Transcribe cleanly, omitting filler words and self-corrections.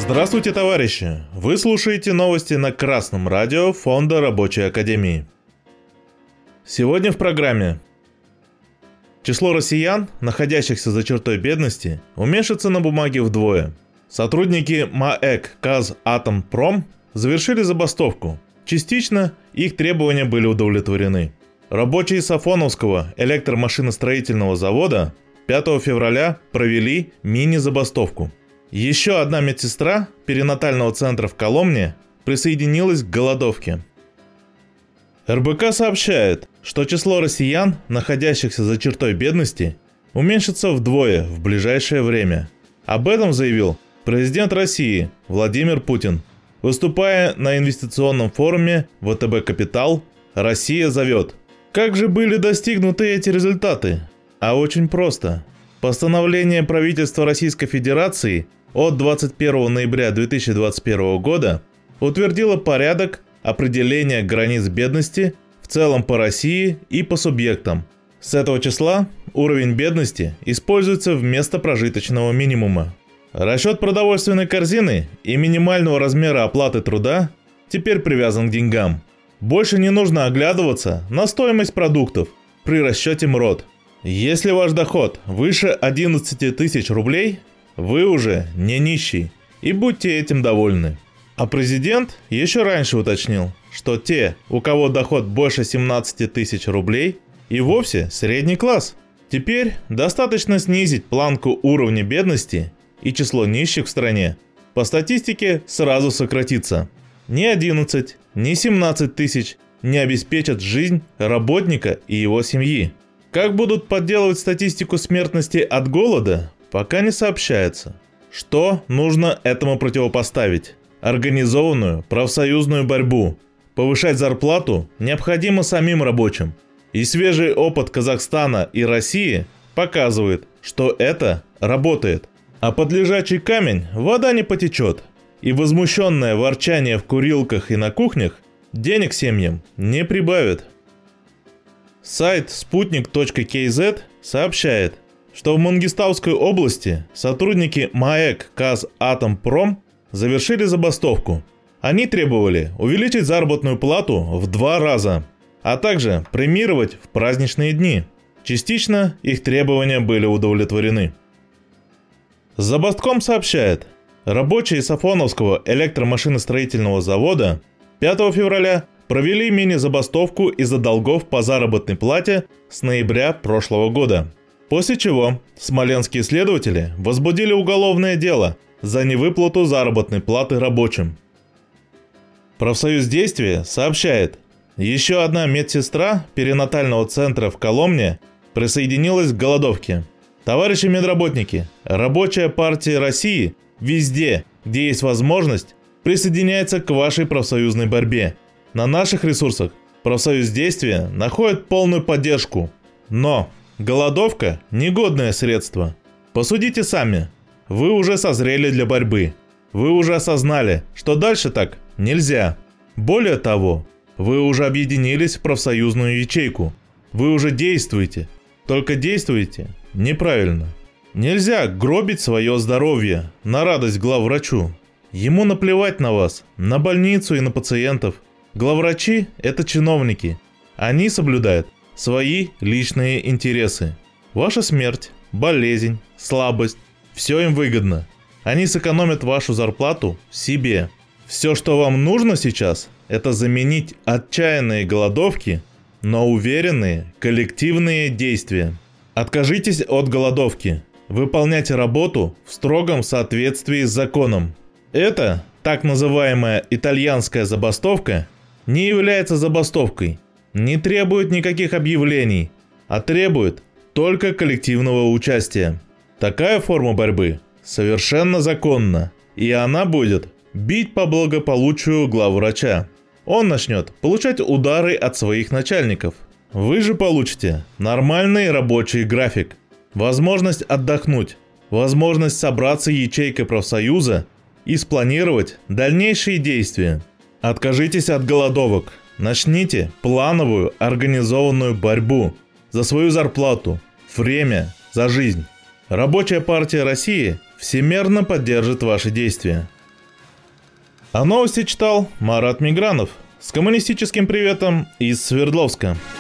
Здравствуйте, товарищи! Вы слушаете новости на Красном радио Фонда Рабочей Академии. Сегодня в программе. Число россиян, находящихся за чертой бедности, уменьшится на бумаге вдвое. Сотрудники МАЭК Казатомпром завершили забастовку. Частично их требования были удовлетворены. Рабочие Сафоновского электромашиностроительного завода 5 февраля провели мини-забастовку. Еще одна медсестра перинатального центра в Коломне присоединилась к голодовке. РБК сообщает, что число россиян, находящихся за чертой бедности, уменьшится вдвое в ближайшее время. Об этом заявил президент России Владимир Путин, выступая на инвестиционном форуме ВТБ Капитал «Россия зовет». Как же были достигнуты эти результаты? А очень просто. Постановление правительства Российской Федерации от 21 ноября 2021 года утвердило порядок определения границ бедности в целом по России и по субъектам. С этого числа уровень бедности используется вместо прожиточного минимума. Расчет продовольственной корзины и минимального размера оплаты труда теперь привязан к деньгам. Больше не нужно оглядываться на стоимость продуктов при расчете МРОД. Если ваш доход выше 11 тысяч рублей, вы уже не нищий, и будьте этим довольны. А президент еще раньше уточнил, что те, у кого доход больше 17 тысяч рублей, и вовсе средний класс. Теперь достаточно снизить планку уровня бедности, и число нищих в стране по статистике сразу сократится. Ни 11, ни 17 тысяч не обеспечат жизнь работника и его семьи. Как будут подделывать статистику смертности от голода, пока не сообщается. Что нужно этому противопоставить? Организованную профсоюзную борьбу. Повышать зарплату необходимо самим рабочим. И свежий опыт Казахстана и России показывает, что это работает. А под лежачий камень вода не потечет. И возмущенное ворчание в курилках и на кухнях денег семьям не прибавит. Сайт sputnik.kz сообщает, что в Мангистауской области сотрудники МАЭК Казатомпром завершили забастовку. Они требовали увеличить заработную плату в 2 раза, а также премировать в праздничные дни. Частично их требования были удовлетворены. Забастком сообщает, рабочие Сафоновского электромашиностроительного завода 5 февраля провели мини-забастовку из-за долгов по заработной плате с ноября прошлого года. После чего смоленские следователи возбудили уголовное дело за невыплату заработной платы рабочим. Профсоюз Действия сообщает, еще одна медсестра перинатального центра в Коломне присоединилась к голодовке. Товарищи медработники, Рабочая партия России везде, где есть возможность, присоединяется к вашей профсоюзной борьбе. На наших ресурсах профсоюз Действия находит полную поддержку. Но голодовка – негодное средство. Посудите сами. Вы уже созрели для борьбы. Вы уже осознали, что дальше так нельзя. Более того, вы уже объединились в профсоюзную ячейку. Вы уже действуете. Только действуете неправильно. Нельзя гробить свое здоровье на радость главврачу. Ему наплевать на вас, на больницу и на пациентов. Главврачи – это чиновники. Они соблюдают свои личные интересы. Ваша смерть, болезнь, слабость – все им выгодно. Они сэкономят вашу зарплату себе. Все, что вам нужно сейчас – это заменить отчаянные голодовки на уверенные коллективные действия. Откажитесь от голодовки. Выполняйте работу в строгом соответствии с законом. Это, так называемая итальянская забастовка, не является забастовкой, не требует никаких объявлений, а требует только коллективного участия. Такая форма борьбы совершенно законна, и она будет бить по благополучию главврача. Он начнет получать удары от своих начальников. Вы же получите нормальный рабочий график, возможность отдохнуть, возможность собраться ячейкой профсоюза и спланировать дальнейшие действия. Откажитесь от голодовок, начните плановую организованную борьбу за свою зарплату, время, за жизнь. Рабочая партия России всемерно поддержит ваши действия. А новости читал Марат Мигранов. С коммунистическим приветом из Свердловска.